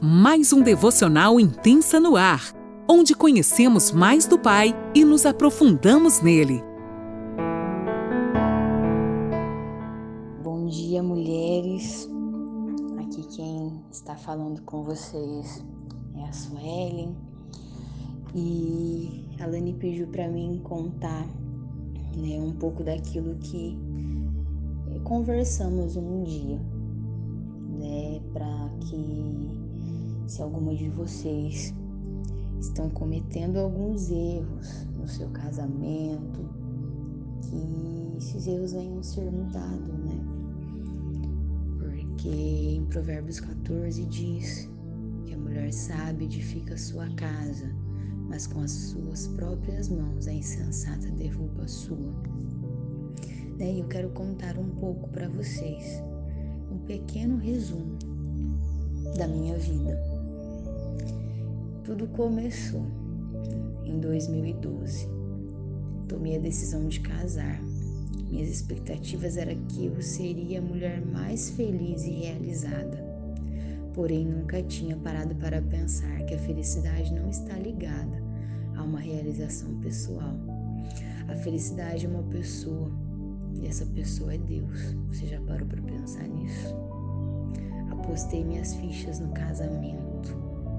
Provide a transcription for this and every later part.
mais um devocional Intensa no Ar, onde conhecemos mais do Pai e nos aprofundamos nele. Bom dia, mulheres. Aqui quem está falando com vocês é a Suelen. E a Lani pediu para mim contar, um pouco daquilo que conversamos um dia, para que, se alguma de vocês estão cometendo alguns erros no seu casamento, que esses erros venham ser mudados, Porque em Provérbios 14 diz que a mulher sábia edifica sua casa, mas com as suas próprias mãos a insensata derruba a sua. E eu quero contar um pouco para vocês, um pequeno resumo da minha vida. Tudo começou em 2012. Tomei a decisão de casar. Minhas expectativas eram que eu seria a mulher mais feliz e realizada. Porém, nunca tinha parado para pensar que a felicidade não está ligada a uma realização pessoal. A felicidade é uma pessoa, e essa pessoa é Deus. Você já parou para pensar nisso? Apostei minhas fichas no casamento.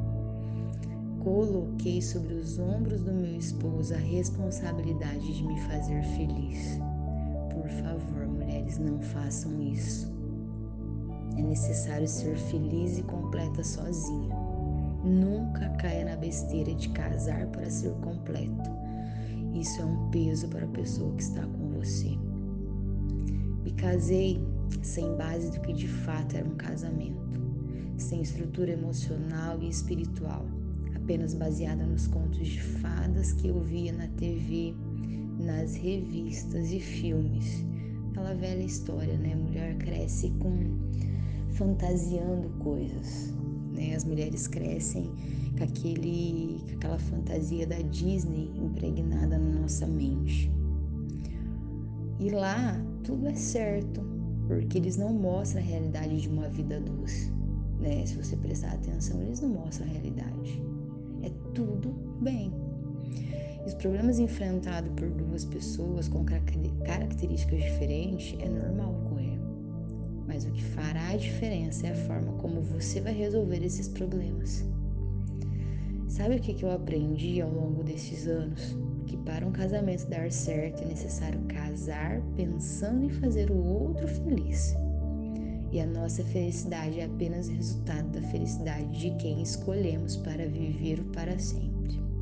Coloquei sobre os ombros do meu esposo a responsabilidade de me fazer feliz. Por favor, mulheres, não façam isso. É necessário ser feliz e completa sozinha. Nunca caia na besteira de casar para ser completo. Isso é um peso para a pessoa que está com você. Me casei sem base do que de fato era um casamento, sem estrutura emocional e espiritual, apenas baseada nos contos de fadas que eu via na TV, nas revistas e filmes. Aquela velha história, Mulher cresce fantasiando coisas, As mulheres crescem com aquela fantasia da Disney impregnada na nossa mente. E lá tudo é certo, porque eles não mostram a realidade de uma vida doce, Se você prestar atenção, eles não mostram a realidade. É tudo bem. Os problemas enfrentados por duas pessoas com características diferentes é normal ocorrer. Mas o que fará a diferença é a forma como você vai resolver esses problemas. Sabe o que eu aprendi ao longo desses anos? Que para um casamento dar certo é necessário casar pensando em fazer o outro feliz. E a nossa felicidade é apenas resultado da felicidade de quem escolhemos para viver o para sempre.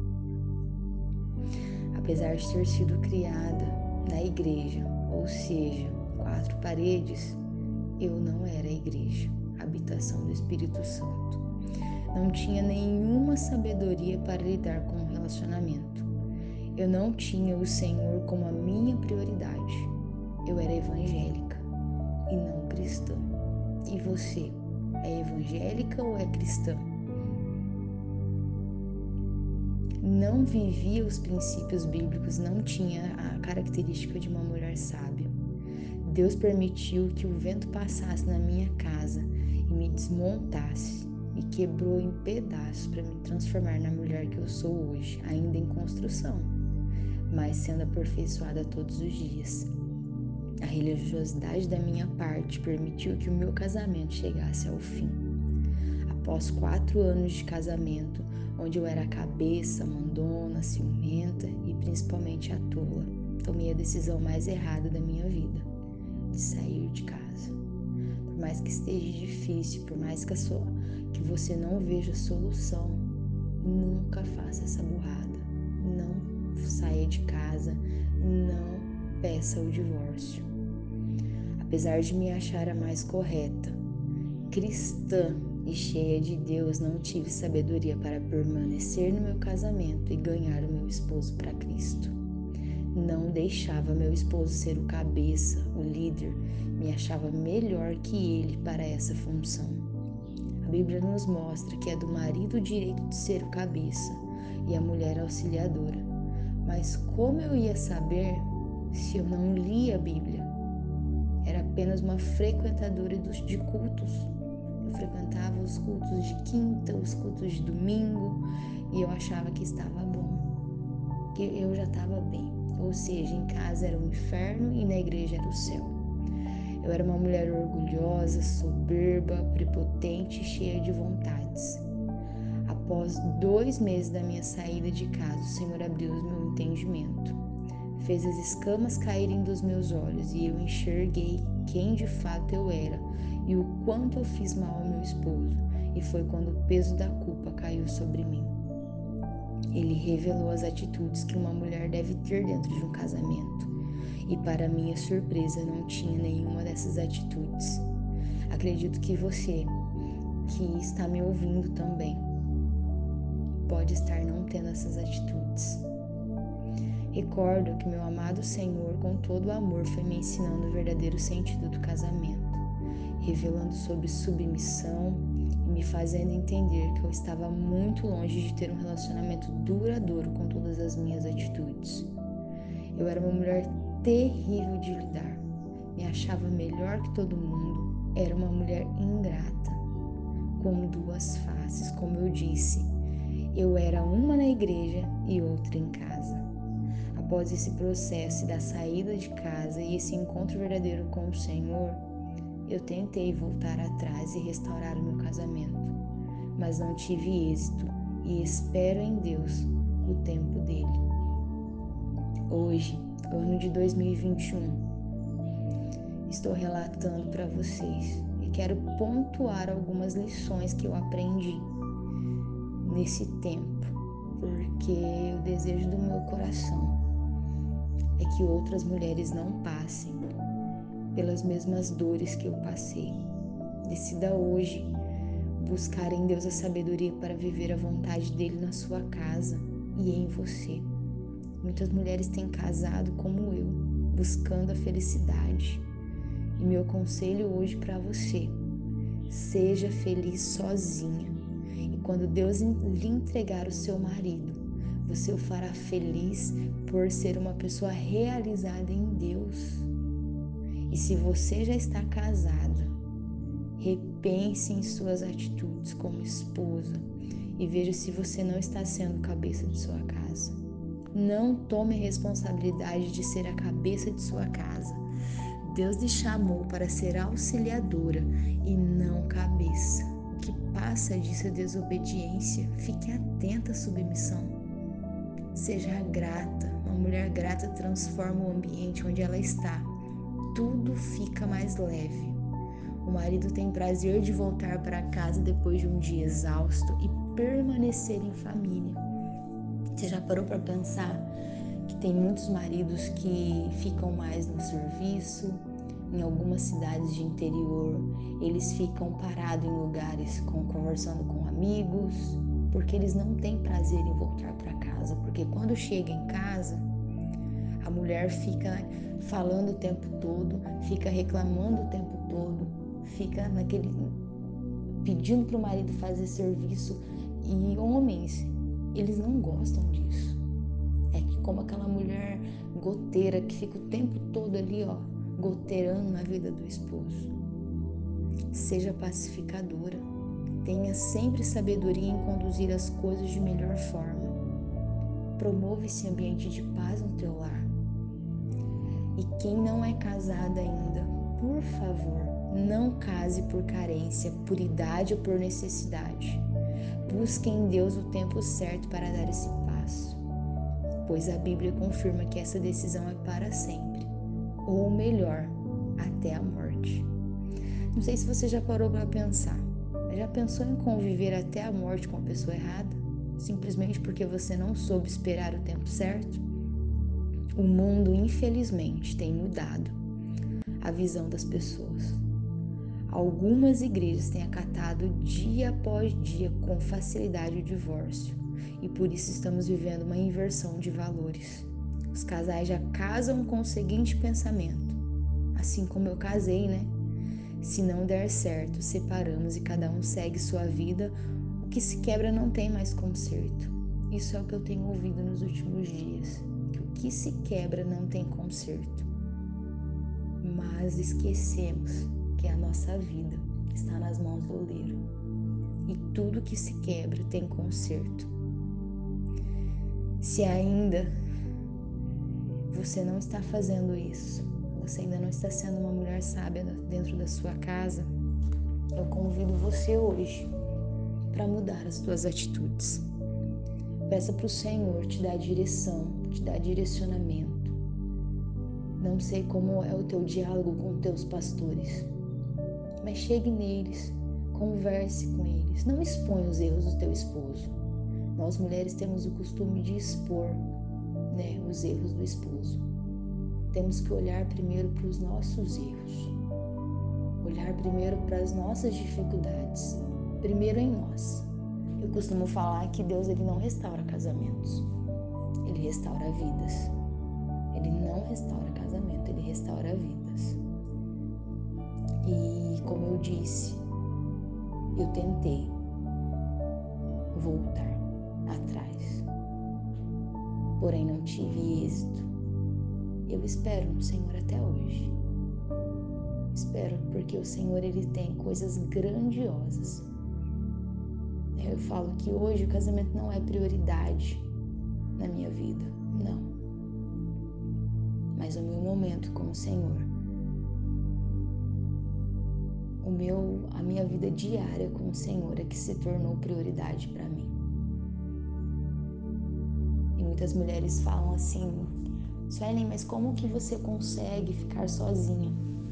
Apesar de ter sido criada na igreja, ou seja, 4 paredes, eu não era a igreja, a habitação do Espírito Santo. Não tinha nenhuma sabedoria para lidar com o relacionamento. Eu não tinha o Senhor como a minha prioridade. Eu era evangélica e não cristã. E você, é evangélica ou é cristã? Não vivia os princípios bíblicos, não tinha a característica de uma mulher sábia. Deus permitiu que o vento passasse na minha casa e me desmontasse, me quebrou em pedaços para me transformar na mulher que eu sou hoje, ainda em construção, mas sendo aperfeiçoada todos os dias. A religiosidade da minha parte permitiu que o meu casamento chegasse ao fim. Após 4 anos de casamento, onde eu era a cabeça, mandona, ciumenta e principalmente a tola, tomei a decisão mais errada da minha vida, de sair de casa. Por mais que esteja difícil, por mais que você não veja solução, nunca faça essa burrada. Não saia de casa, não peça o divórcio. Apesar de me achar a mais correta, cristã e cheia de Deus, não tive sabedoria para permanecer no meu casamento e ganhar o meu esposo para Cristo. Não deixava meu esposo ser o cabeça, o líder, me achava melhor que ele para essa função. A Bíblia nos mostra que é do marido o direito de ser o cabeça e a mulher auxiliadora. Mas como eu ia saber se eu não lia a Bíblia? Era apenas uma frequentadora de cultos. Eu frequentava os cultos de quinta, os cultos de domingo, e eu achava que estava bom, que eu já estava bem. Ou seja, em casa era o inferno e na igreja era o céu. Eu era uma mulher orgulhosa, soberba, prepotente e cheia de vontades. Após 2 meses da minha saída de casa, o Senhor abriu o meu entendimento. Fez as escamas caírem dos meus olhos e eu enxerguei quem de fato eu era e o quanto eu fiz mal ao meu esposo. E foi quando o peso da culpa caiu sobre mim. Ele revelou as atitudes que uma mulher deve ter dentro de um casamento. E para minha surpresa, não tinha nenhuma dessas atitudes. Acredito que você, que está me ouvindo também, pode estar não tendo essas atitudes. Recordo que meu amado Senhor, com todo o amor, foi me ensinando o verdadeiro sentido do casamento, revelando sobre submissão e me fazendo entender que eu estava muito longe de ter um relacionamento duradouro com todas as minhas atitudes. Eu era uma mulher terrível de lidar, me achava melhor que todo mundo, era uma mulher ingrata, com 2 faces, como eu disse. Eu era uma na igreja e outra em casa. Após esse processo da saída de casa e esse encontro verdadeiro com o Senhor, eu tentei voltar atrás e restaurar o meu casamento, mas não tive êxito e espero em Deus o tempo dele. Hoje, ano de 2021, estou relatando para vocês e quero pontuar algumas lições que eu aprendi nesse tempo, porque o desejo do meu coração é que outras mulheres não passem pelas mesmas dores que eu passei. Decida hoje buscar em Deus a sabedoria para viver a vontade dele na sua casa e em você. Muitas mulheres têm casado como eu, buscando a felicidade. E meu conselho hoje para você: seja feliz sozinha. E quando Deus lhe entregar o seu marido, você o fará feliz por ser uma pessoa realizada em Deus. E se você já está casada, repense em suas atitudes como esposa e veja se você não está sendo cabeça de sua casa. Não tome a responsabilidade de ser a cabeça de sua casa. Deus lhe chamou para ser auxiliadora e não cabeça. O que passa disso é desobediência. Fique atenta à submissão. Seja grata. Uma mulher grata transforma o ambiente onde ela está. Tudo fica mais leve. O marido tem prazer de voltar para casa depois de um dia exausto e permanecer em família. Você já parou para pensar que tem muitos maridos que ficam mais no serviço? Em algumas cidades de interior, eles ficam parados em lugares conversando com amigos, porque eles não têm prazer em voltar para casa, porque quando chega em casa, a mulher fica falando o tempo todo, fica reclamando o tempo todo, fica pedindo para o marido fazer serviço. E homens, eles não gostam disso. É que como aquela mulher goteira que fica o tempo todo ali, goteirando na vida do esposo. Seja pacificadora. Tenha sempre sabedoria em conduzir as coisas de melhor forma. Promova esse ambiente de paz no teu lar. E quem não é casada ainda, por favor, não case por carência, por idade ou por necessidade. Busque em Deus o tempo certo para dar esse passo, pois a Bíblia confirma que essa decisão é para sempre, ou melhor, até a morte. Não sei se você já parou para pensar, mas já pensou em conviver até a morte com a pessoa errada? Simplesmente porque você não soube esperar o tempo certo? O mundo, infelizmente, tem mudado a visão das pessoas. Algumas igrejas têm acatado dia após dia com facilidade o divórcio e por isso estamos vivendo uma inversão de valores. Os casais já casam com o seguinte pensamento: assim como eu casei, né? Se não der certo, separamos e cada um segue sua vida. O que se quebra não tem mais conserto. Isso é o que eu tenho ouvido nos últimos dias, que o que se quebra não tem conserto. Mas esquecemos que é a nossa vida está nas mãos do oleiro. E tudo que se quebra tem conserto. Se ainda você não está fazendo isso, você ainda não está sendo uma mulher sábia dentro da sua casa, eu convido você hoje para mudar as suas atitudes. Peça para o Senhor te dar direção, te dar direcionamento. Não sei como é o teu diálogo com os teus pastores, mas chegue neles, converse com eles. Não exponha os erros do teu esposo. Nós mulheres temos o costume de expor, os erros do esposo. Temos que olhar primeiro para os nossos erros, olhar primeiro para as nossas dificuldades, primeiro em nós. Eu costumo falar que Deus ele não restaura casamentos, ele restaura vidas. Ele não restaura casamento, ele restaura vidas. E como eu disse, eu tentei voltar atrás, porém não tive êxito. Eu espero no Senhor até hoje. Espero porque o Senhor ele tem coisas grandiosas. Eu falo que hoje o casamento não é prioridade na minha vida, não. Mas o meu momento com o Senhor, a minha vida diária com o Senhor é que se tornou prioridade para mim. E muitas mulheres falam assim: Suelen, mas como que você consegue ficar sozinha?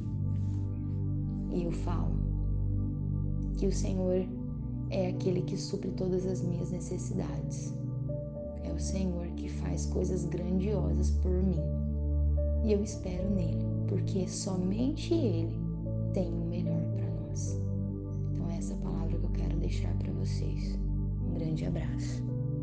E eu falo que o Senhor é aquele que supre todas as minhas necessidades. É o Senhor que faz coisas grandiosas por mim. E eu espero nele, porque somente ele tem o melhor para nós. Então é essa palavra que eu quero deixar para vocês. Um grande abraço.